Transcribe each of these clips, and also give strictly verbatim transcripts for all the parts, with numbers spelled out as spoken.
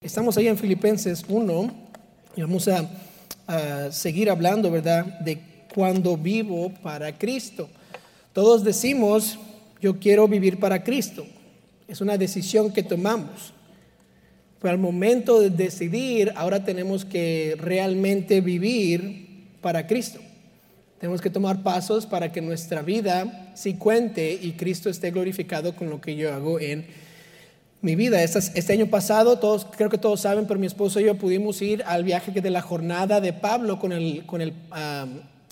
Estamos ahí en Filipenses uno y vamos a, a seguir hablando, ¿verdad?, de cuando vivo para Cristo. Todos decimos, yo quiero vivir para Cristo. Es una decisión que tomamos. Pero al momento de decidir, ahora tenemos que realmente vivir para Cristo. Tenemos que tomar pasos para que nuestra vida sí cuente y Cristo esté glorificado con lo que yo hago en mi vida. Este, este año pasado, todos, creo que todos saben, pero mi esposo y yo pudimos ir al viaje de la jornada de Pablo con el, con el, uh,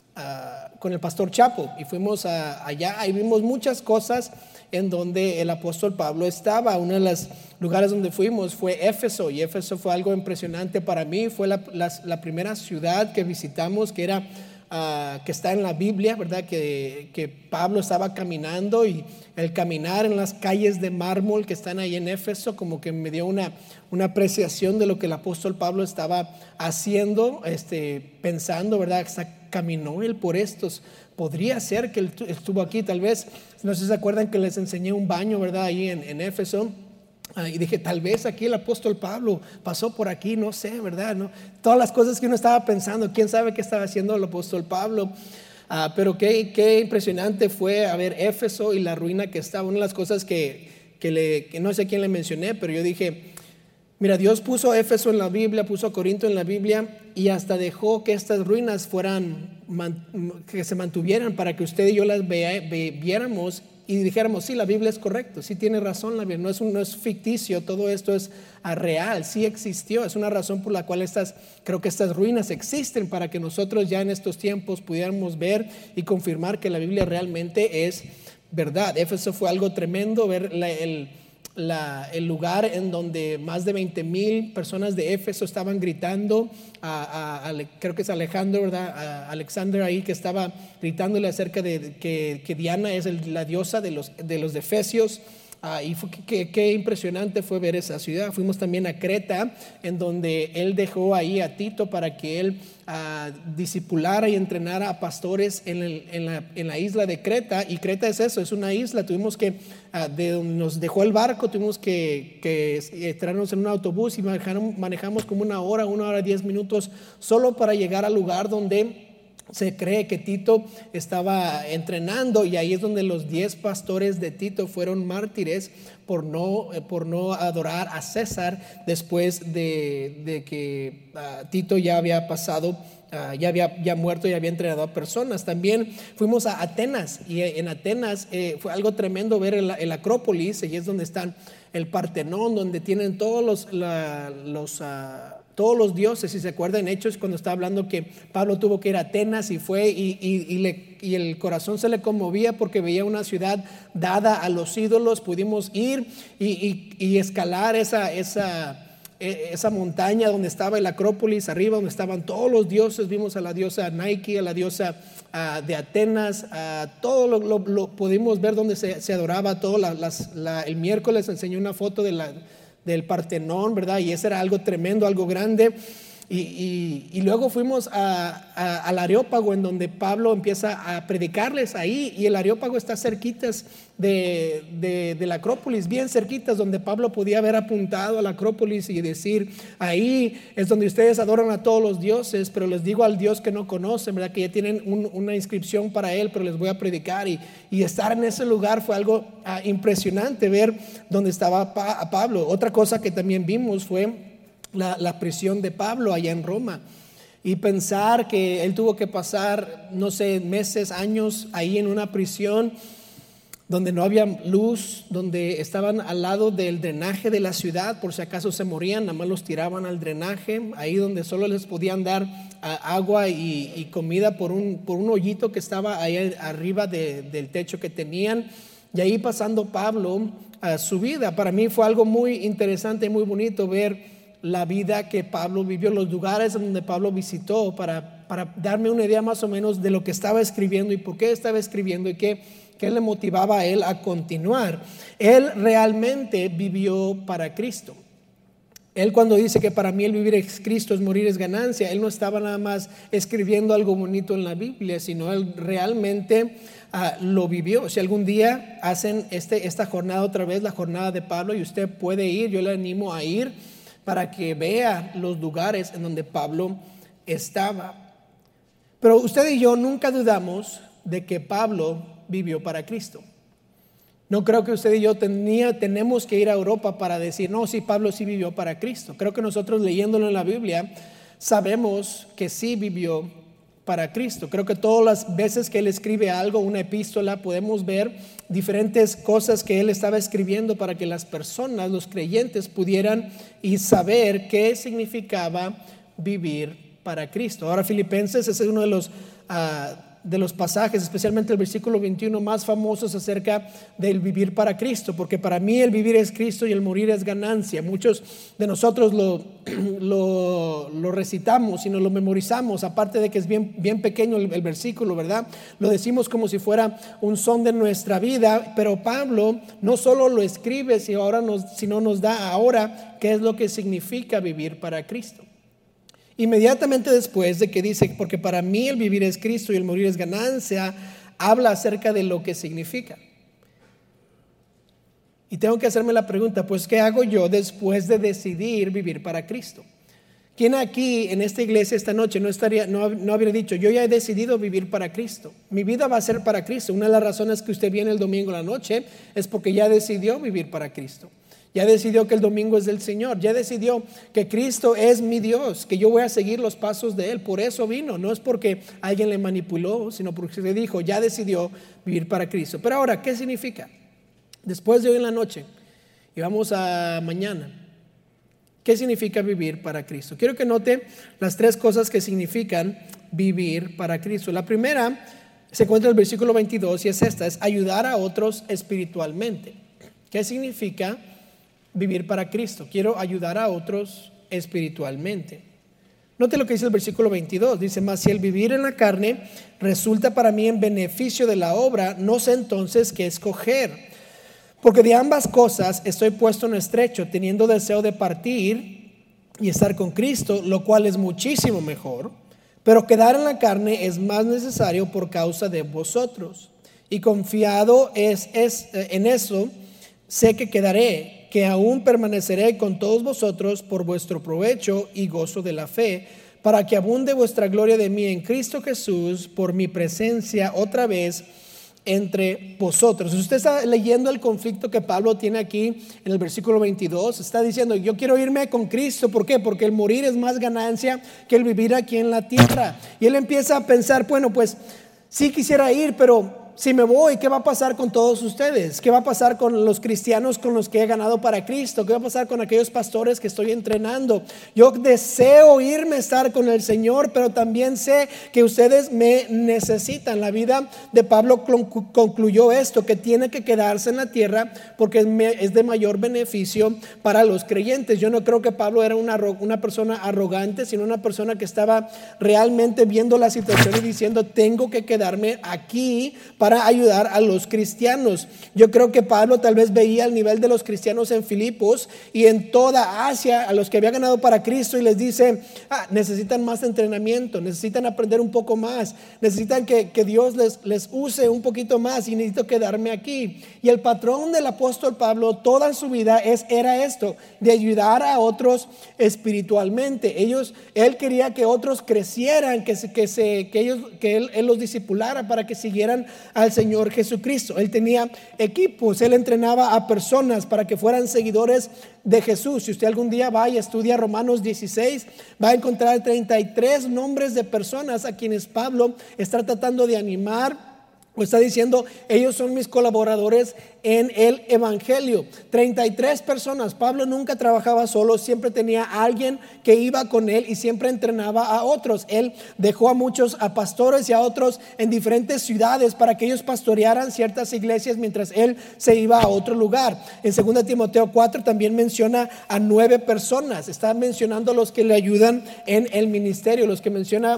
uh, con el pastor Chapo. Y fuimos a, allá y vimos muchas cosas en donde el apóstol Pablo estaba. Uno de los lugares donde fuimos fue Éfeso, y Éfeso fue algo impresionante para mí. Fue la, la, la primera ciudad que visitamos que era Uh, que está en la Biblia, ¿verdad? Que, que Pablo estaba caminando, y el caminar en las calles de mármol que están ahí en Éfeso como que me dio una, una apreciación de lo que el apóstol Pablo estaba haciendo, este, pensando, ¿verdad? Caminó él por estos. Podría ser que él estuvo aquí, tal vez, no sé si se acuerdan que les enseñé un baño, ¿verdad? Ahí en, en Éfeso. Ah, y dije, tal vez aquí el apóstol Pablo pasó por aquí, no sé, ¿verdad? ¿No? Todas las cosas que uno estaba pensando, quién sabe qué estaba haciendo el apóstol Pablo. Ah, pero qué, qué impresionante fue a ver Éfeso y la ruina que estaba. Una de las cosas que, que, le, que no sé a quién le mencioné, pero yo dije, mira, Dios puso Éfeso en la Biblia, puso Corinto en la Biblia, y hasta dejó que estas ruinas fueran, que se mantuvieran para que usted y yo las vea, ve, viéramos y dijéramos, sí, la Biblia es correcta, sí tiene razón la Biblia, no es, un, no es ficticio, todo esto es real, sí existió. Es una razón por la cual estas, creo que estas ruinas existen, para que nosotros ya en estos tiempos pudiéramos ver y confirmar que la Biblia realmente es verdad. Éfeso fue algo tremendo, ver la, el, la, el lugar en donde más de veinte mil personas de Éfeso estaban gritando a, a, a, creo que es Alejandro, ¿verdad? A Alexander ahí, que estaba gritándole acerca de que, que Diana es el, la diosa de los de los de Efesios. Ah, y fue, qué, qué impresionante fue ver esa ciudad. Fuimos también a Creta, en donde él dejó ahí a Tito para que él ah, discipulara y entrenara a pastores en, el, en, la, en la isla de Creta. Y Creta es eso, es una isla. Tuvimos que, ah, de donde nos dejó el barco, tuvimos que, que traernos en un autobús y manejamos, manejamos como una hora, una hora diez minutos solo para llegar al lugar donde se cree que Tito estaba entrenando, y ahí es donde los diez pastores de Tito fueron mártires por no, por no adorar a César después de, de que uh, Tito ya había pasado, uh, ya había ya muerto y había entrenado a personas. También fuimos a Atenas, y en Atenas eh, fue algo tremendo ver el, el Acrópolis, y es donde están el Partenón, donde tienen todos los, la, los uh, todos los dioses. Si se acuerdan Hechos, cuando está hablando que Pablo tuvo que ir a Atenas y fue y, y, y, le, y el corazón se le conmovía porque veía una ciudad dada a los ídolos. Pudimos ir y, y, y escalar esa, esa, esa montaña donde estaba el Acrópolis, arriba donde estaban todos los dioses. Vimos a la diosa Nike, a la diosa uh, de Atenas, uh, todo lo, lo, lo pudimos ver donde se, se adoraba todo. La, las, la, el miércoles enseñé una foto de la del Partenón, ¿verdad? Y ese era algo tremendo, algo grande. Y, y, y luego fuimos a, a, al Areópago, en donde Pablo empieza a predicarles ahí, y el Areópago está cerquitas de, de, de la Acrópolis, bien cerquitas, donde Pablo podía haber apuntado a la Acrópolis y decir, ahí es donde ustedes adoran a todos los dioses, pero les digo al Dios que no conocen, ¿verdad? Que ya tienen un, una inscripción para él, pero les voy a predicar. Y, y estar en ese lugar fue algo uh, impresionante, ver donde estaba pa, Pablo. Otra cosa que también vimos fue La, la prisión de Pablo allá en Roma, y pensar que él tuvo que pasar, no sé, meses, años ahí en una prisión donde no había luz, donde estaban al lado del drenaje de la ciudad, por si acaso se morían, nada más los tiraban al drenaje, ahí donde solo les podían dar uh, agua y, y comida por un, por un hoyito que estaba ahí arriba de, del techo que tenían. Y ahí pasando Pablo a uh, su vida. Para mí fue algo muy interesante y muy bonito ver la vida que Pablo vivió, los lugares donde Pablo visitó, para, para darme una idea más o menos de lo que estaba escribiendo y por qué estaba escribiendo, y qué, qué le motivaba a él a continuar. Él realmente vivió para Cristo. Él, cuando dice que para mí el vivir es Cristo, es morir es ganancia, él no estaba nada más escribiendo algo bonito en la Biblia, sino él realmente uh, lo vivió. Si algún día hacen este, esta jornada otra vez, la jornada de Pablo, y usted puede ir, yo le animo a ir, para que vea los lugares en donde Pablo estaba. Pero usted y yo nunca dudamos de que Pablo vivió para Cristo. No creo que usted y yo tenía, tenemos que ir a Europa para decir, no, sí, Pablo sí vivió para Cristo. Creo que nosotros leyéndolo en la Biblia sabemos que sí vivió para Cristo. Creo que todas las veces que él escribe algo, una epístola, podemos ver diferentes cosas que él estaba escribiendo para que las personas, los creyentes, pudieran y saber qué significaba vivir para Cristo. Ahora, Filipenses es uno de los uh, de los pasajes, especialmente el versículo veintiuno, más famosos acerca del vivir para Cristo, porque para mí el vivir es Cristo y el morir es ganancia. Muchos de nosotros lo, lo, lo recitamos y nos lo memorizamos, aparte de que es bien, bien pequeño el, el versículo, ¿verdad? Lo decimos como si fuera un son de nuestra vida, pero Pablo no solo lo escribe, sino, ahora nos, sino nos da ahora qué es lo que significa vivir para Cristo. Inmediatamente después de que dice, porque para mí el vivir es Cristo y el morir es ganancia, habla acerca de lo que significa. Y tengo que hacerme la pregunta, pues ¿qué hago yo después de decidir vivir para Cristo? ¿Quién aquí en esta iglesia esta noche no, estaría, no, no habría dicho, yo ya he decidido vivir para Cristo? Mi vida va a ser para Cristo. Una de las razones que usted viene el domingo en la noche es porque ya decidió vivir para Cristo. Ya decidió que el domingo es del Señor. Ya decidió que Cristo es mi Dios, que yo voy a seguir los pasos de Él. Por eso vino. No es porque alguien le manipuló, sino porque se dijo, ya decidió vivir para Cristo. Pero ahora, ¿qué significa? Después de hoy en la noche y vamos a mañana, ¿qué significa vivir para Cristo? Quiero que note las tres cosas que significan vivir para Cristo. La primera se encuentra en el versículo veintidós y es esta, es ayudar a otros espiritualmente. ¿Qué significa vivir para Cristo? Quiero ayudar a otros espiritualmente. Note lo que dice el versículo veintidós. Dice, mas si el vivir en la carne resulta para mí en beneficio de la obra, no sé entonces qué escoger. Porque de ambas cosas estoy puesto en estrecho, teniendo deseo de partir y estar con Cristo, lo cual es muchísimo mejor. Pero quedar en la carne es más necesario por causa de vosotros. Y confiado es, es en eso, sé que quedaré, que aún permaneceré con todos vosotros por vuestro provecho y gozo de la fe, para que abunde vuestra gloria de mí en Cristo Jesús por mi presencia otra vez entre vosotros. Usted está leyendo el conflicto que Pablo tiene aquí en el versículo veintidós. Está diciendo, yo quiero irme con Cristo. ¿Por qué? Porque el morir es más ganancia que el vivir aquí en la tierra. Y él empieza a pensar, bueno, pues sí quisiera ir, pero si me voy, ¿qué va a pasar con todos ustedes? ¿Qué va a pasar con los cristianos con los que he ganado para Cristo? ¿Qué va a pasar con aquellos pastores que estoy entrenando? Yo deseo irme a estar con el Señor, pero también sé que ustedes me necesitan. La vida de Pablo concluyó esto, que tiene que quedarse en la tierra porque es de mayor beneficio para los creyentes. Yo no creo que Pablo era una, una persona arrogante, sino una persona que estaba realmente viendo la situación y diciendo, tengo que quedarme aquí para para ayudar a los cristianos. Yo creo que Pablo tal vez veía el nivel de los cristianos en Filipos y en toda Asia, a los que había ganado para Cristo, y les dice, ah, necesitan más entrenamiento, necesitan aprender un poco más, necesitan que, que Dios les, les use un poquito más y necesito quedarme aquí. Y el patrón del apóstol Pablo toda su vida es, era esto, de ayudar a otros espiritualmente. Ellos, él quería que otros crecieran, que, se, que, se, que, ellos, que él, él los discipulara para que siguieran al Señor Jesucristo. Él tenía equipos, él entrenaba a personas para que fueran seguidores de Jesús. Si usted algún día va y estudia Romanos dieciséis, va a encontrar treinta y tres nombres de personas a quienes Pablo está tratando de animar, o está diciendo, ellos son mis colaboradores en el evangelio. treinta y tres personas. Pablo nunca trabajaba solo, siempre tenía a alguien que iba con él y siempre entrenaba a otros. Él dejó a muchos a pastores y a otros en diferentes ciudades para que ellos pastorearan ciertas iglesias mientras él se iba a otro lugar. En segunda Timoteo cuatro también menciona a nueve personas. Está mencionando a los que le ayudan en el ministerio. Los que menciona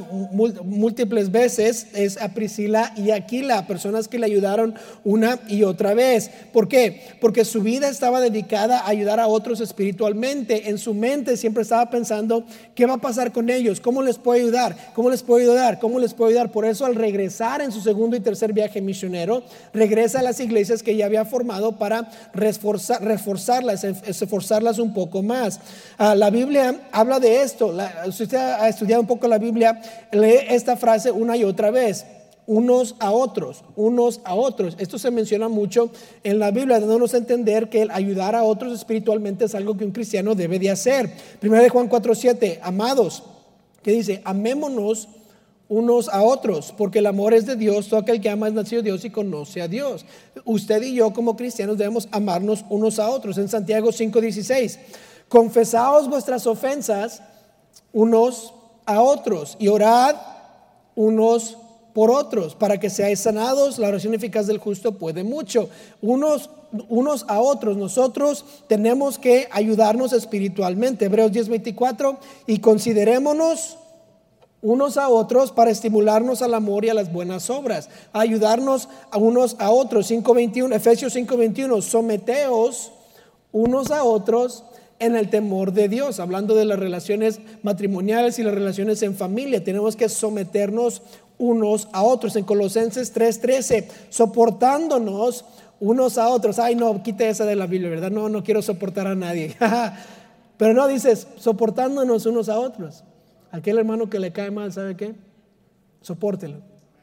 múltiples veces es a Priscila y Aquila, personas que le ayudaron una y otra vez. ¿Por qué? Porque su vida estaba dedicada a ayudar a otros espiritualmente. En su mente siempre estaba pensando, ¿qué va a pasar con ellos? ¿Cómo les puedo ayudar? ¿Cómo les puedo ayudar? ¿Cómo les puedo ayudar? Por eso, al regresar en su segundo y tercer viaje misionero, regresa a las iglesias que ya había formado para reforzar, reforzarlas, esforzarlas un poco más. Uh, la Biblia habla de esto. La, si usted ha estudiado un poco la Biblia, lee esta frase una y otra vez: unos a otros, unos a otros. Esto se menciona mucho en la Biblia, dándonos a entender que el ayudar a otros espiritualmente es algo que un cristiano debe de hacer. Primera de Juan cuatro siete, amados, que dice: amémonos unos a otros, porque el amor es de Dios. Todo aquel que ama es nacido de Dios y conoce a Dios. Usted y yo como cristianos debemos amarnos unos a otros. En Santiago cinco dieciséis, confesaos vuestras ofensas unos a otros y orad unos por otros para que seáis sanados. La oración eficaz del justo puede mucho. Unos, unos a otros. Nosotros tenemos que ayudarnos espiritualmente. Hebreos diez veinticuatro, y considerémonos unos a otros para estimularnos al amor y a las buenas obras, ayudarnos a unos a otros. cinco veintiuno, Efesios cinco veintiuno, someteos unos a otros en el temor de Dios. Hablando de las relaciones matrimoniales y las relaciones en familia, tenemos que someternos unos a otros. En Colosenses tres trece, soportándonos unos a otros. Ay, no, quite esa de la Biblia, ¿verdad? No, no quiero soportar a nadie. Pero no, dices soportándonos unos a otros. Aquel hermano que le cae mal, ¿sabe qué? Sopórtelo.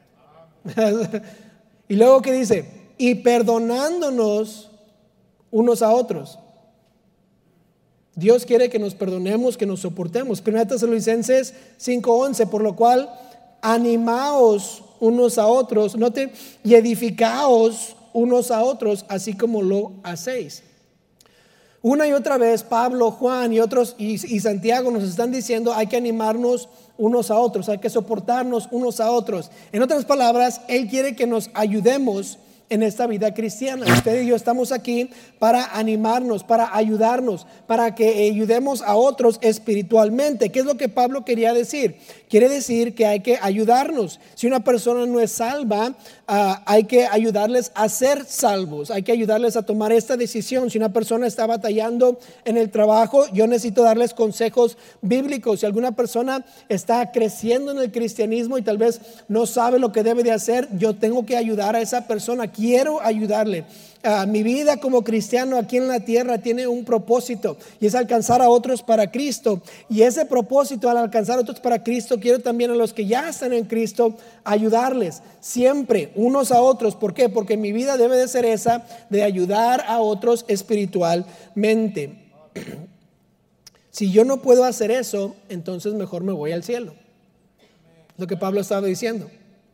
Y luego que dice, y perdonándonos unos a otros. Dios quiere que nos perdonemos, que nos soportemos. Primera Tesalonicenses cinco once, por lo cual animaos unos a otros, note, y edificaos unos a otros, así como lo hacéis. Una y otra vez Pablo, Juan y otros y, y Santiago nos están diciendo hay que animarnos unos a otros, hay que soportarnos unos a otros. En otras palabras, Él quiere que nos ayudemos en esta vida cristiana. Usted y yo estamos aquí para animarnos, para ayudarnos, para que ayudemos a otros espiritualmente. ¿Qué es lo que Pablo quería decir? Quiere decir que hay que ayudarnos. Si una persona no es salva, uh, hay que ayudarles a ser salvos. Hay que ayudarles a tomar esta decisión. Si una persona está batallando en el trabajo, yo necesito darles consejos bíblicos. Si alguna persona está creciendo en el cristianismo y tal vez no sabe lo que debe de hacer, yo tengo que ayudar a esa persona. Quiero ayudarle. Uh, mi vida como cristiano aquí en la tierra tiene un propósito y es alcanzar a otros para Cristo. Y ese propósito, al alcanzar a otros para Cristo, quiero también a los que ya están en Cristo ayudarles siempre unos a otros. ¿Por qué? Porque mi vida debe de ser esa, de ayudar a otros espiritualmente. Si yo no puedo hacer eso, entonces mejor me voy al cielo. Lo que Pablo estaba diciendo.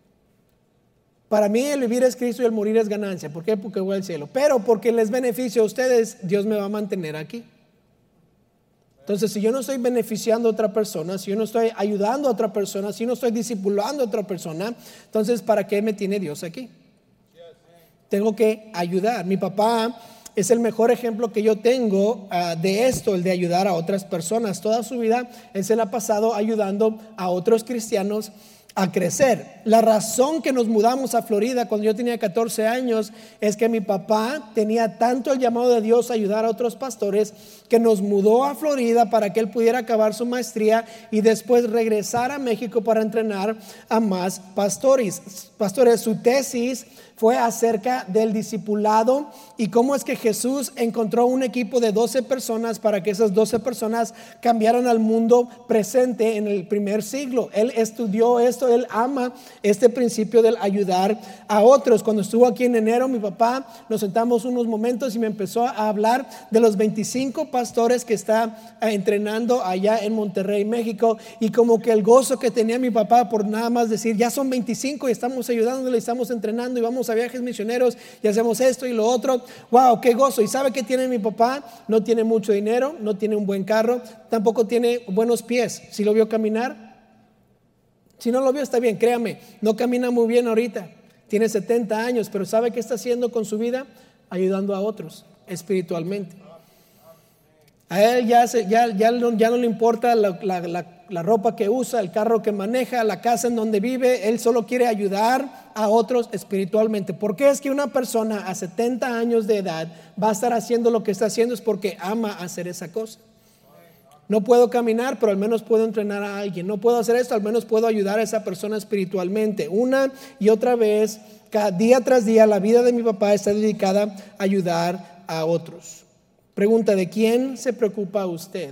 Para mí el vivir es Cristo y el morir es ganancia. ¿Por qué? Porque voy al cielo. Pero porque les beneficio a ustedes, Dios me va a mantener aquí. Entonces, si yo no estoy beneficiando a otra persona, si yo no estoy ayudando a otra persona, si yo no estoy discipulando a otra persona, entonces ¿para qué me tiene Dios aquí? Tengo que ayudar. Mi papá es el mejor ejemplo que yo tengo uh, de esto, el de ayudar a otras personas. Toda su vida él se la ha pasado ayudando a otros cristianos a crecer. La razón que nos mudamos a Florida cuando yo tenía catorce años es que mi papá tenía tanto el llamado de Dios a ayudar a otros pastores que nos mudó a Florida para que él pudiera acabar su maestría y después regresar a México para entrenar a más pastores. Pastores, su tesis fue acerca del discipulado y cómo es que Jesús encontró un equipo de doce personas para que esas doce personas cambiaran al mundo presente en el primer siglo. Él estudió esto, él ama este principio del ayudar a otros. Cuando estuvo aquí en enero, mi papá, nos sentamos unos momentos y me empezó a hablar de los veinticinco pastores que está entrenando allá en Monterrey, México, y como que el gozo que tenía mi papá por nada más decir, ya son veinticinco y estamos ayudándole, estamos entrenando y vamos a viajes misioneros y hacemos esto y lo otro. Wow, qué gozo. ¿Y sabe qué tiene mi papá? No tiene mucho dinero, no tiene un buen carro, tampoco tiene buenos pies. ¿Si lo vio caminar? Si no lo vio, está bien, créame, no camina muy bien ahorita. Tiene setenta años, pero ¿sabe qué está haciendo con su vida? Ayudando a otros espiritualmente. A él ya, se, ya, ya, no, ya no le importa la, la, la, la ropa que usa, el carro que maneja, la casa en donde vive. Él solo quiere ayudar a otros espiritualmente. ¿Por qué es que una persona a setenta años de edad va a estar haciendo lo que está haciendo? Es porque ama hacer esa cosa. No puedo caminar, pero al menos puedo entrenar a alguien. No puedo hacer esto, al menos puedo ayudar a esa persona espiritualmente. Una y otra vez, cada día tras día, la vida de mi papá está dedicada a ayudar a otros. Pregunta: ¿de quién se preocupa usted?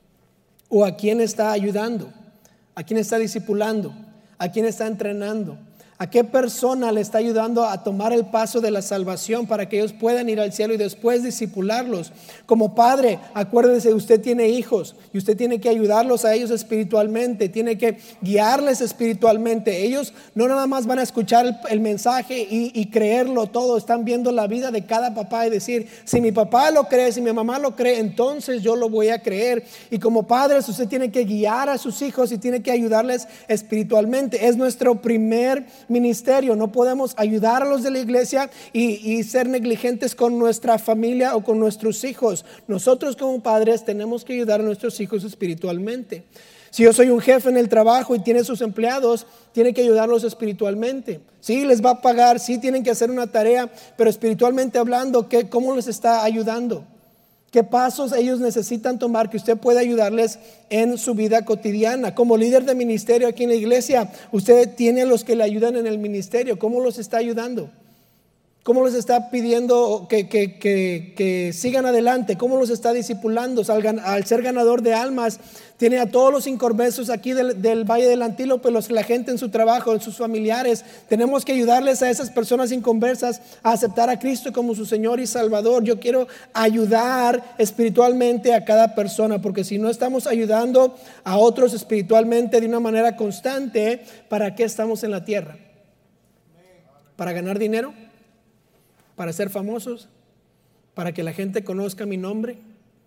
¿O a quién está ayudando? ¿A quién está discipulando? ¿A quién está entrenando? ¿A qué persona le está ayudando a tomar el paso de la salvación para que ellos puedan ir al cielo y después discipularlos? Como padre, acuérdense, usted tiene hijos y usted tiene que ayudarlos a ellos espiritualmente, tiene que guiarles espiritualmente. Ellos no nada más van a escuchar el, el mensaje y, y creerlo todo, están viendo la vida de cada papá y decir: si mi papá lo cree, si mi mamá lo cree, entonces yo lo voy a creer. Y como padres, usted tiene que guiar a sus hijos y tiene que ayudarles espiritualmente. Es nuestro primer ministerio. No podemos ayudar a los de la iglesia y, y ser negligentes con nuestra familia o con nuestros hijos. Nosotros como padres tenemos que ayudar a nuestros hijos espiritualmente. Si yo soy un jefe en el trabajo y tiene sus empleados, tiene que ayudarlos espiritualmente. Sí, les va a pagar, sí tienen que hacer una tarea, pero espiritualmente hablando, ¿qué, ¿cómo les está ayudando? ¿Qué pasos ellos necesitan tomar que usted pueda ayudarles en su vida cotidiana? Como líder de ministerio aquí en la iglesia, usted tiene a los que le ayudan en el ministerio. ¿Cómo los está ayudando? ¿Cómo les está pidiendo que, que, que, que sigan adelante? ¿Cómo los está discipulando? Al, al ser ganador de almas, tiene a todos los inconversos aquí del, del Valle del Antílope, los, la gente en su trabajo, en sus familiares. Tenemos que ayudarles a esas personas inconversas a aceptar a Cristo como su Señor y Salvador. Yo quiero ayudar espiritualmente a cada persona, porque si no estamos ayudando a otros espiritualmente de una manera constante, ¿para qué estamos en la tierra? ¿Para ganar dinero? ¿Para ser famosos? ¿Para que la gente conozca mi nombre?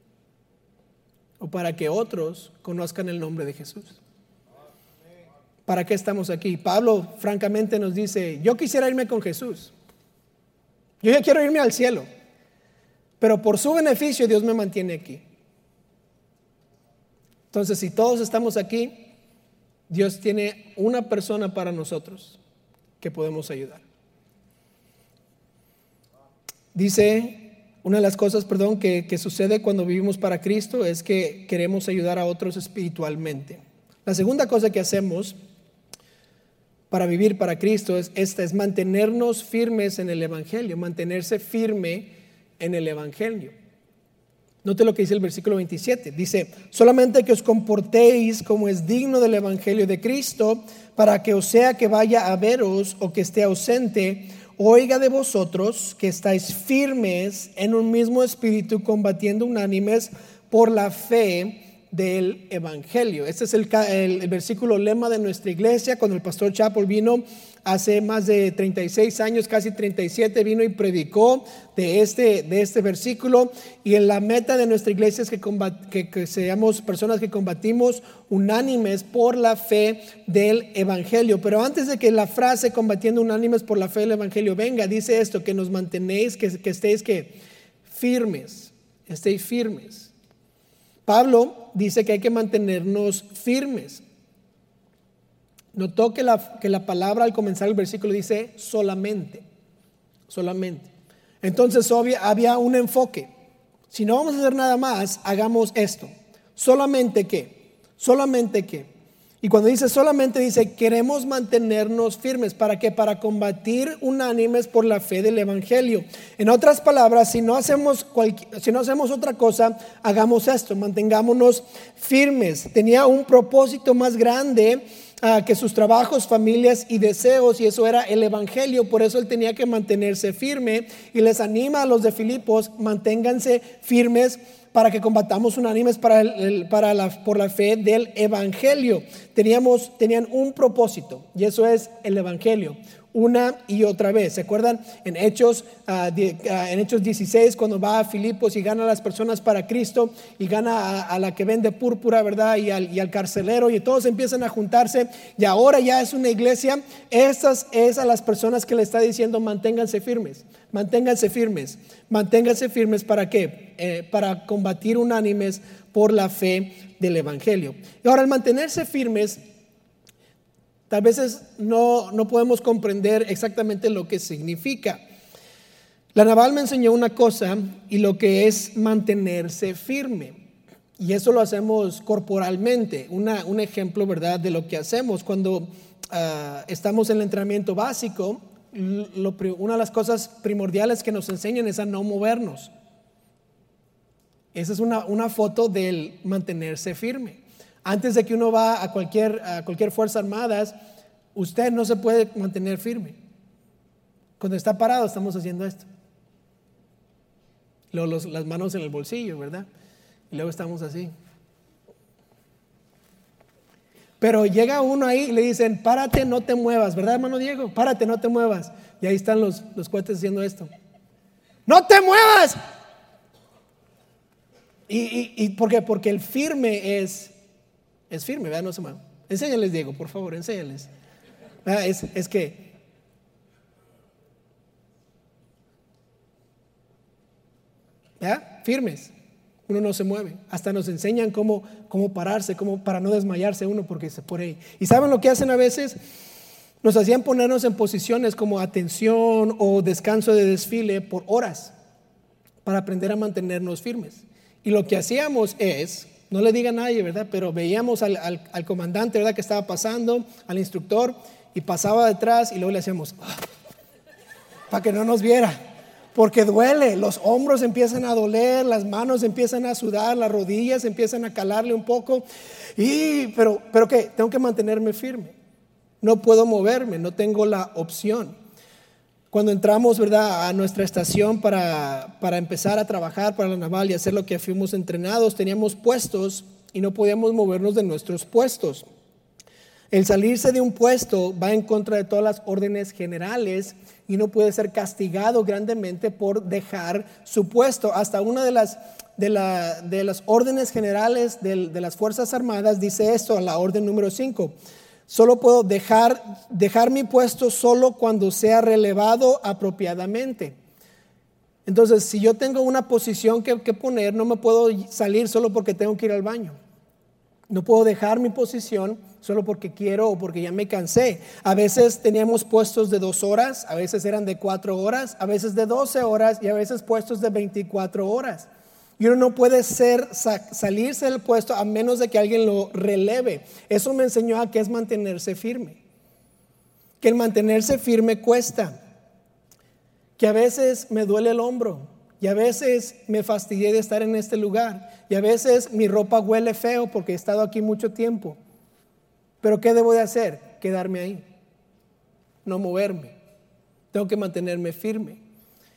¿O para que otros conozcan el nombre de Jesús? ¿Para qué estamos aquí? Pablo francamente nos dice: yo quisiera irme con Jesús, yo ya quiero irme al cielo, pero por su beneficio Dios me mantiene aquí. Entonces, si todos estamos aquí, Dios tiene una persona para nosotros que podemos ayudar. Dice, una de las cosas, perdón, que, que sucede cuando vivimos para Cristo es que queremos ayudar a otros espiritualmente. La segunda cosa que hacemos para vivir para Cristo es esta, es mantenernos firmes en el Evangelio, mantenerse firme en el Evangelio. Note lo que dice el versículo veintisiete, dice: solamente que os comportéis como es digno del Evangelio de Cristo, para que o sea que vaya a veros o que esté ausente, oiga de vosotros que estáis firmes en un mismo espíritu, combatiendo unánimes por la fe del Evangelio. Este es el, el, el versículo lema de nuestra iglesia. Cuando el pastor Chappell vino hace más de treinta y seis años, casi treinta y siete, vino y predicó de este, de este versículo. Y en la meta de nuestra iglesia es que, combat, que, que seamos personas que combatimos unánimes por la fe del Evangelio. Pero antes de que la frase combatiendo unánimes por la fe del Evangelio venga, dice esto: que nos mantenéis, que, que estéis que firmes, estéis firmes. Pablo dice que hay que mantenernos firmes. Notó que la, que la palabra al comenzar el versículo dice solamente, solamente. Entonces obvia, había un enfoque. Si no vamos a hacer nada más, hagamos esto. Solamente qué, solamente qué. Y cuando dice solamente, dice queremos mantenernos firmes. ¿Para qué? Para combatir unánimes por la fe del Evangelio. En otras palabras, si no hacemos cualquier, si no hacemos otra cosa, hagamos esto, mantengámonos firmes. Tenía un propósito más grande uh, que sus trabajos, familias y deseos, y eso era el Evangelio. Por eso él tenía que mantenerse firme, y les anima a los de Filipos: manténganse firmes para que combatamos unánimes para el, el, para la, por la fe del Evangelio. Teníamos, tenían un propósito, y eso es el Evangelio. una y otra vez. ¿Se acuerdan en Hechos, uh, de, uh, en Hechos dieciséis, cuando va a Filipos y gana a las personas para Cristo y gana a, a la que vende púrpura, ¿verdad? Y al, y al carcelero, y todos empiezan a juntarse y ahora ya es una iglesia? Estas es a las personas que le está diciendo: manténganse firmes, manténganse firmes, manténganse firmes. ¿Para qué? Eh, para combatir unánimes por la fe del evangelio. Y ahora, al mantenerse firmes, tal vez no, no podemos comprender exactamente lo que significa. La naval me enseñó una cosa, y lo que es mantenerse firme. Y eso lo hacemos corporalmente. Una, un ejemplo, ¿verdad?, de lo que hacemos cuando uh, estamos en el entrenamiento básico. Lo, una de las cosas primordiales que nos enseñan es a no movernos. Esa es una, una foto del mantenerse firme. Antes de que uno va a cualquier, a cualquier fuerza armadas, usted no se puede mantener firme. Cuando está parado estamos haciendo esto. Luego los, las manos en el bolsillo, ¿verdad? Y luego estamos así. Pero llega uno ahí y le dicen: párate, no te muevas, ¿verdad, hermano Diego? Párate, no te muevas. Y ahí están los, los cuates haciendo esto: ¡no te muevas! ¿Y, y, y por qué? Porque el firme es Es firme, ¿verdad? No se mueve. Enséñales, Diego, por favor, enséñales. Es, es que ¿verdad? Firmes. Uno no se mueve. Hasta nos enseñan cómo, cómo pararse, cómo para no desmayarse uno porque se pone ahí. ¿Y saben lo que hacen a veces? Nos hacían ponernos en posiciones como atención o descanso de desfile por horas para aprender a mantenernos firmes. Y lo que hacíamos es, no le diga a nadie, ¿verdad? Pero veíamos al, al, al comandante, ¿verdad?, que estaba pasando, al instructor, y pasaba detrás, y luego le hacíamos ¡ah!, para que no nos viera, porque duele. Los hombros empiezan a doler, las manos empiezan a sudar, las rodillas empiezan a calarle un poco. Y, pero, pero ¿qué? Tengo que mantenerme firme. No puedo moverme, no tengo la opción. Cuando entramos, ¿verdad?, a nuestra estación para, para empezar a trabajar para la naval y hacer lo que fuimos entrenados, teníamos puestos y no podíamos movernos de nuestros puestos. El salirse de un puesto va en contra de todas las órdenes generales y no puede ser castigado grandemente por dejar su puesto. Hasta una de las, de la, de las órdenes generales de, de las Fuerzas Armadas dice esto, la orden número cinco. Solo puedo dejar, dejar mi puesto solo cuando sea relevado apropiadamente. Entonces, si yo tengo una posición que, que poner, no me puedo salir solo porque tengo que ir al baño. No puedo dejar mi posición solo porque quiero o porque ya me cansé. A veces teníamos puestos de dos horas, a veces eran de cuatro horas, a veces de doce horas y a veces puestos de veinticuatro horas. Y uno no puede ser, salirse del puesto a menos de que alguien lo releve. Eso me enseñó a que es mantenerse firme. Que el mantenerse firme cuesta. Que a veces me duele el hombro. Y a veces me fastidié de estar en este lugar. Y a veces mi ropa huele feo porque he estado aquí mucho tiempo. Pero ¿qué debo de hacer? Quedarme ahí. No moverme. Tengo que mantenerme firme.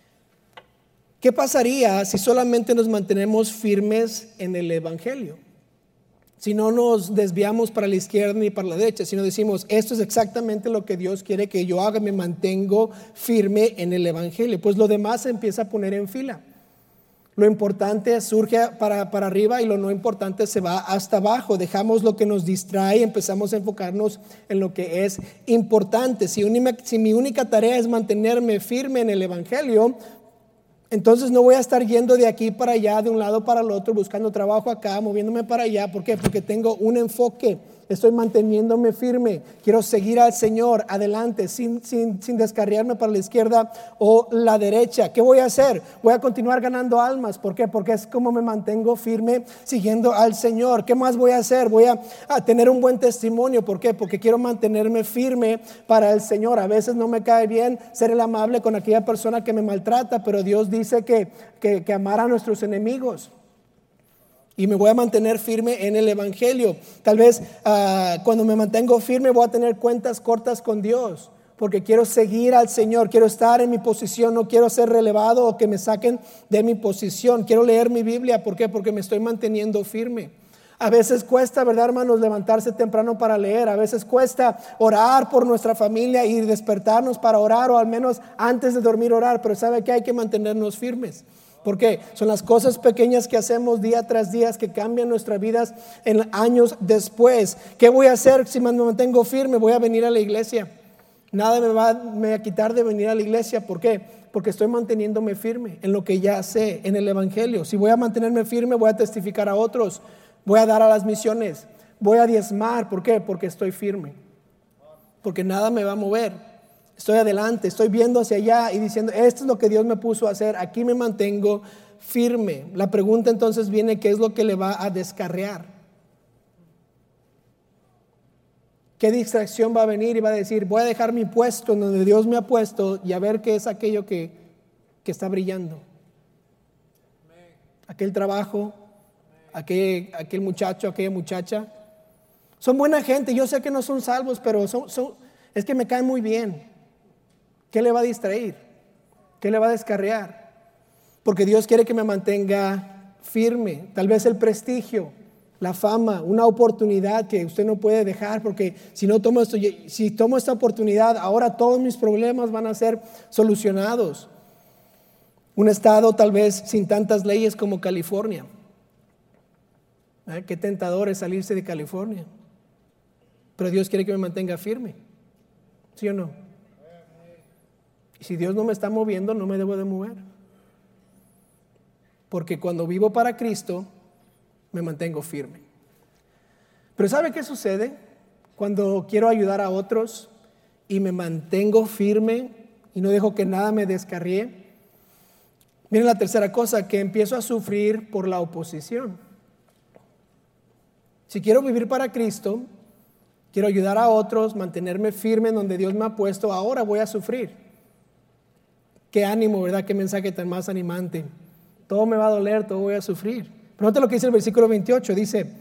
¿Qué pasaría si solamente nos mantenemos firmes en el evangelio? Si no nos desviamos para la izquierda ni para la derecha, sino decimos, esto es exactamente lo que Dios quiere que yo haga, me mantengo firme en el evangelio. Pues lo demás se empieza a poner en fila. Lo importante surge para, para arriba y lo no importante se va hasta abajo. Dejamos lo que nos distrae y empezamos a enfocarnos en lo que es importante. Si, un, si mi única tarea es mantenerme firme en el evangelio, entonces no voy a estar yendo de aquí para allá, de un lado para el otro, buscando trabajo acá, moviéndome para allá. ¿Por qué? Porque tengo un enfoque. Estoy manteniéndome firme. Quiero seguir al Señor adelante, sin, sin, sin descarriarme para la izquierda o la derecha. ¿Qué voy a hacer? Voy a continuar ganando almas. ¿Por qué? Porque es como me mantengo firme siguiendo al Señor. ¿Qué más voy a hacer? Voy a, a tener un buen testimonio. ¿Por qué? Porque quiero mantenerme firme para el Señor. A veces no me cae bien ser el amable con aquella persona que me maltrata, pero Dios dice que, que, que amar a nuestros enemigos. Y me voy a mantener firme en el evangelio. Tal vez uh, cuando me mantengo firme voy a tener cuentas cortas con Dios, porque quiero seguir al Señor, quiero estar en mi posición, no quiero ser relevado o que me saquen de mi posición. Quiero leer mi Biblia, ¿por qué? Porque me estoy manteniendo firme. A veces cuesta, ¿verdad, hermanos?, levantarse temprano para leer. A veces cuesta orar por nuestra familia y despertarnos para orar, o al menos antes de dormir orar. Pero ¿sabe qué? Hay que mantenernos firmes. ¿Por qué? Son las cosas pequeñas que hacemos día tras día que cambian nuestras vidas en años después. ¿Qué voy a hacer si me mantengo firme? Voy a venir a la iglesia. Nada me va, me va a quitar de venir a la iglesia. ¿Por qué? Porque estoy manteniéndome firme en lo que ya sé, en el evangelio. Si voy a mantenerme firme, voy a testificar a otros. Voy a dar a las misiones. Voy a diezmar. ¿Por qué? Porque estoy firme. Porque nada me va a mover. Estoy adelante, estoy viendo hacia allá y diciendo, esto es lo que Dios me puso a hacer. Aquí me mantengo firme. La pregunta entonces viene, ¿qué es lo que le va a descarriar? ¿Qué distracción va a venir y va a decir, voy a dejar mi puesto en donde Dios me ha puesto y a ver qué es aquello que, que está brillando? Aquel trabajo, aquel, aquel muchacho, aquella muchacha. Son buena gente, yo sé que no son salvos, pero son, son, es que me caen muy bien. ¿Qué le va a distraer? ¿Qué le va a descarriar? Porque Dios quiere que me mantenga firme. Tal vez el prestigio, la fama, una oportunidad que usted no puede dejar, porque si no tomo esto, si tomo esta oportunidad, ahora todos mis problemas van a ser solucionados. Un estado tal vez sin tantas leyes como California. ¿Eh? Qué tentador es salirse de California. Pero Dios quiere que me mantenga firme. ¿Sí o no? Y si Dios no me está moviendo, no me debo de mover. Porque cuando vivo para Cristo, me mantengo firme. Pero ¿sabe qué sucede? Cuando quiero ayudar a otros y me mantengo firme y no dejo que nada me descarríe. Miren la tercera cosa, que empiezo a sufrir por la oposición. Si quiero vivir para Cristo, quiero ayudar a otros, mantenerme firme en donde Dios me ha puesto, ahora voy a sufrir. Qué ánimo, ¿verdad? Qué mensaje tan más animante. Todo me va a doler, todo voy a sufrir. Pero note lo que dice el versículo veintiocho, dice,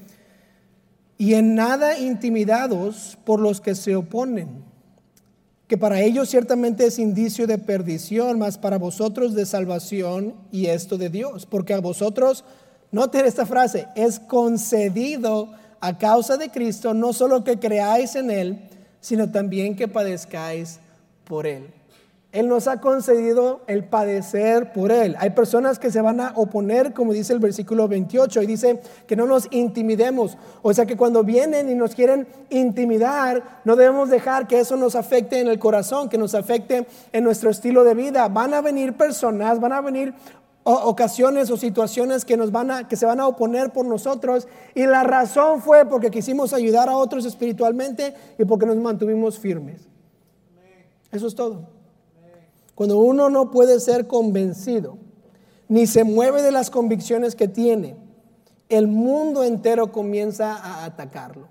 y en nada intimidados por los que se oponen, que para ellos ciertamente es indicio de perdición, mas para vosotros de salvación, y esto de Dios. Porque a vosotros, noten esta frase, es concedido a causa de Cristo, no solo que creáis en Él, sino también que padezcáis por Él. Él nos ha concedido el padecer por Él. Hay personas que se van a oponer, como dice el versículo veintiocho, y dice que no nos intimidemos. O sea que cuando vienen y nos quieren intimidar, no debemos dejar que eso nos afecte en el corazón, que nos afecte en nuestro estilo de vida. Van a venir personas, van a venir ocasiones o situaciones que nos van a, que se van a oponer por nosotros, y la razón fue porque quisimos ayudar a otros espiritualmente y porque nos mantuvimos firmes. Eso es todo. Cuando uno no puede ser convencido, ni se mueve de las convicciones que tiene, el mundo entero comienza a atacarlo.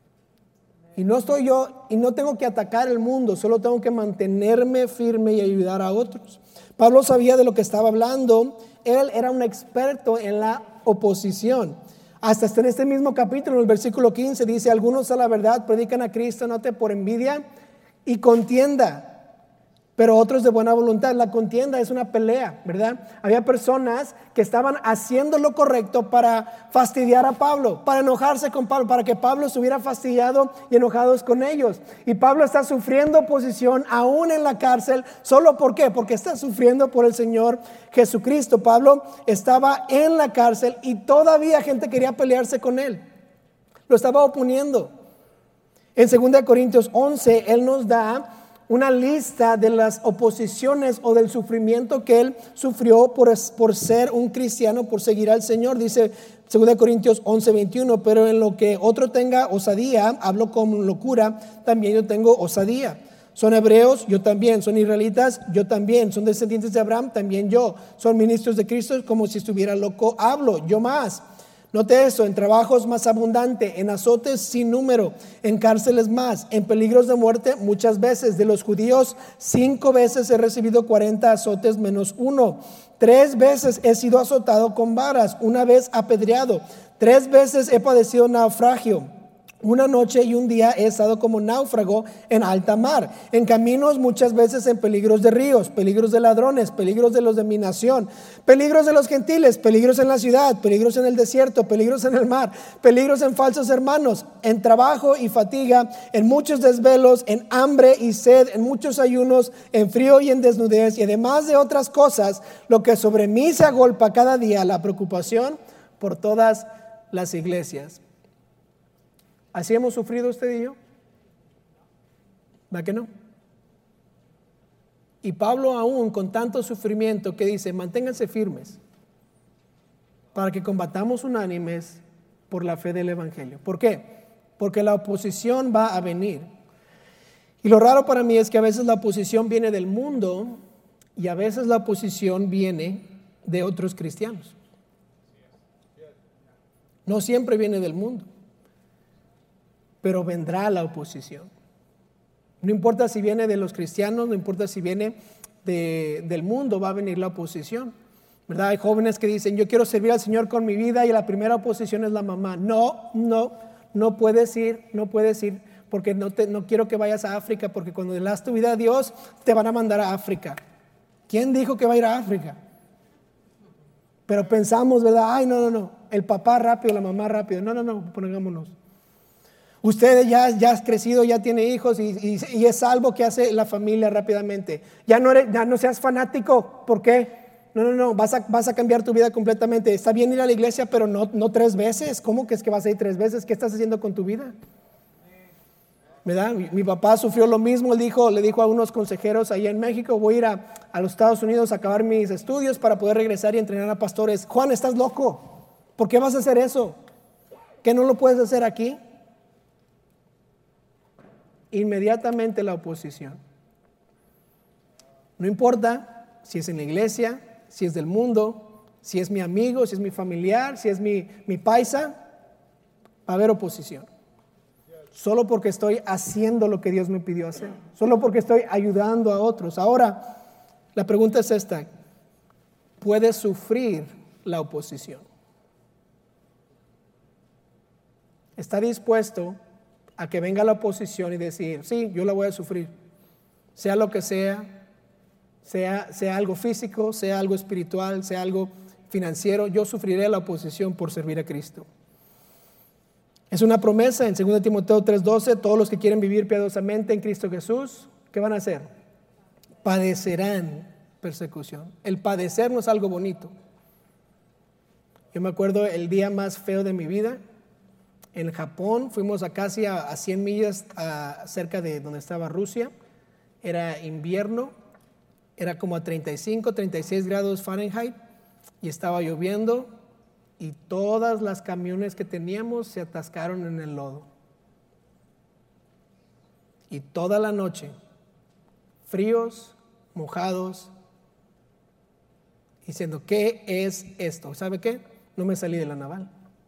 Y no estoy yo, y no tengo que atacar el mundo, solo tengo que mantenerme firme y ayudar a otros. Pablo sabía de lo que estaba hablando. Él era un experto en la oposición. Hasta en este mismo capítulo, en el versículo quince, dice, algunos a la verdad predican a Cristo, note, por envidia y contienda, pero otros de buena voluntad. La contienda es una pelea, ¿verdad? Había personas que estaban haciendo lo correcto para fastidiar a Pablo, para enojarse con Pablo, para que Pablo estuviera fastidiado y enojados con ellos. Y Pablo está sufriendo oposición aún en la cárcel. ¿Solo por qué? Porque está sufriendo por el Señor Jesucristo. Pablo estaba en la cárcel y todavía gente quería pelearse con él. Lo estaba oponiendo. En segunda de Corintios once, él nos da una lista de las oposiciones o del sufrimiento que él sufrió por, por ser un cristiano, por seguir al Señor. Dice segunda de Corintios once, veintiuno, pero en lo que otro tenga osadía, hablo con locura, también yo tengo osadía. Son hebreos, yo también. Son israelitas, yo también. Son descendientes de Abraham, también yo. Son ministros de Cristo, como si estuviera loco, hablo, yo más. Note eso, en trabajos más abundante, en azotes sin número, en cárceles más, en peligros de muerte muchas veces. De los judíos, cinco veces he recibido cuarenta azotes menos uno. Tres veces he sido azotado con varas, una vez apedreado. Tres veces he padecido naufragio. Una noche y un día he estado como náufrago en alta mar, en caminos muchas veces en peligros de ríos, peligros de ladrones, peligros de los de mi nación, peligros de los gentiles, peligros en la ciudad, peligros en el desierto, peligros en el mar, peligros en falsos hermanos, en trabajo y fatiga, en muchos desvelos, en hambre y sed, en muchos ayunos, en frío y en desnudez, y además de otras cosas, lo que sobre mí se agolpa cada día, la preocupación por todas las iglesias. ¿Así hemos sufrido usted y yo? ¿Verdad que no? Y Pablo, aún con tanto sufrimiento, que dice: manténganse firmes para que combatamos unánimes por la fe del evangelio. ¿Por qué? Porque la oposición va a venir. Y lo raro para mí es que a veces la oposición viene del mundo y a veces la oposición viene de otros cristianos. No siempre viene del mundo, pero vendrá la oposición. No importa si viene de los cristianos, no importa si viene de, del mundo, va a venir la oposición, ¿verdad? Hay jóvenes que dicen: yo quiero servir al Señor con mi vida, y la primera oposición es la mamá. No, no, no puedes ir, no puedes ir, porque no, te, no quiero que vayas a África, porque cuando le das tu vida a Dios, te van a mandar a África. ¿Quién dijo que va a ir a África? Pero pensamos, ¿verdad? Ay, no, no, no, el papá rápido, la mamá rápido. No, no, no, pongámonos. Usted ya, ya has crecido, ya tiene hijos y, y, y es algo que hace la familia rápidamente. Ya no, eres, ya no seas fanático. ¿Por qué? No, no, no, vas a, vas a cambiar tu vida completamente. Está bien ir a la iglesia, pero no, no tres veces. ¿Cómo que es que vas a ir tres veces? ¿Qué estás haciendo con tu vida? ¿Verdad? Mi, mi papá sufrió lo mismo. Él dijo, le dijo a unos consejeros allá en México: voy a ir a, a los Estados Unidos a acabar mis estudios para poder regresar y entrenar a pastores. Juan, ¿estás loco? ¿Por qué vas a hacer eso? ¿Qué no lo puedes hacer aquí? Inmediatamente la oposición. No importa si es en la iglesia, si es del mundo, si es mi amigo, si es mi familiar, si es mi, mi paisa, va a haber oposición. Solo porque estoy haciendo lo que Dios me pidió hacer, solo porque estoy ayudando a otros. Ahora, la pregunta es esta: ¿puedes sufrir la oposición? ¿Está dispuesto a que venga la oposición y decir: sí, yo la voy a sufrir, sea lo que sea, sea, sea algo físico, sea algo espiritual, sea algo financiero, yo sufriré la oposición por servir a Cristo? Es una promesa en segunda Timoteo tres doce: todos los que quieren vivir piadosamente en Cristo Jesús, ¿qué van a hacer? Padecerán persecución. El padecer no es algo bonito. Yo me acuerdo el día más feo de mi vida. En Japón fuimos a casi a, a cien millas a, cerca de donde estaba Rusia. Era invierno, era como a treinta y cinco, treinta y seis grados Fahrenheit y estaba lloviendo, y todas las camiones que teníamos se atascaron en el lodo. Y toda la noche, fríos, mojados, diciendo: ¿qué es esto? ¿Sabe qué? No me salí de la naval.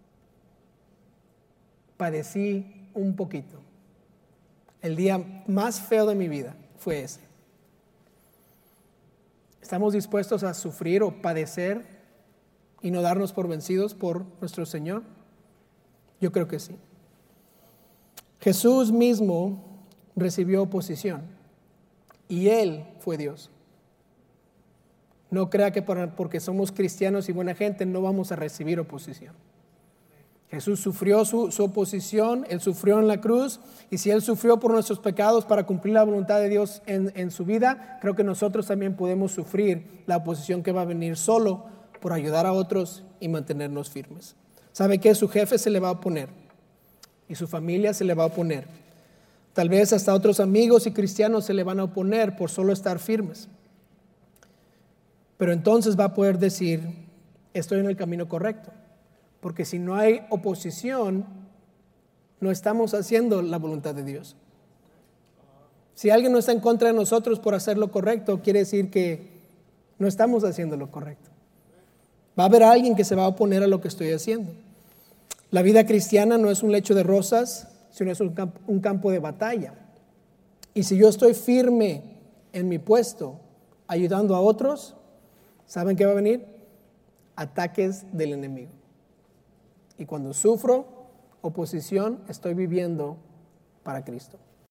Padecí un poquito. El día más feo de mi vida fue ese. ¿Estamos dispuestos a sufrir o padecer y no darnos por vencidos por nuestro Señor? Yo creo que sí. Jesús mismo recibió oposición y Él fue Dios. No crea que porque somos cristianos y buena gente no vamos a recibir oposición. Jesús sufrió su, su oposición, Él sufrió en la cruz, y si Él sufrió por nuestros pecados para cumplir la voluntad de Dios en, en su vida, creo que nosotros también podemos sufrir la oposición que va a venir solo por ayudar a otros y mantenernos firmes. ¿Sabe qué? Su jefe se le va a oponer y su familia se le va a oponer. Tal vez hasta otros amigos y cristianos se le van a oponer por solo estar firmes. Pero entonces va a poder decir: estoy en el camino correcto. Porque si no hay oposición, no estamos haciendo la voluntad de Dios. Si alguien no está en contra de nosotros por hacer lo correcto, quiere decir que no estamos haciendo lo correcto. Va a haber alguien que se va a oponer a lo que estoy haciendo. La vida cristiana no es un lecho de rosas, sino es un campo, un campo de batalla. Y si yo estoy firme en mi puesto, ayudando a otros, ¿saben qué va a venir? Ataques del enemigo. Y cuando sufro oposición estoy viviendo para Cristo?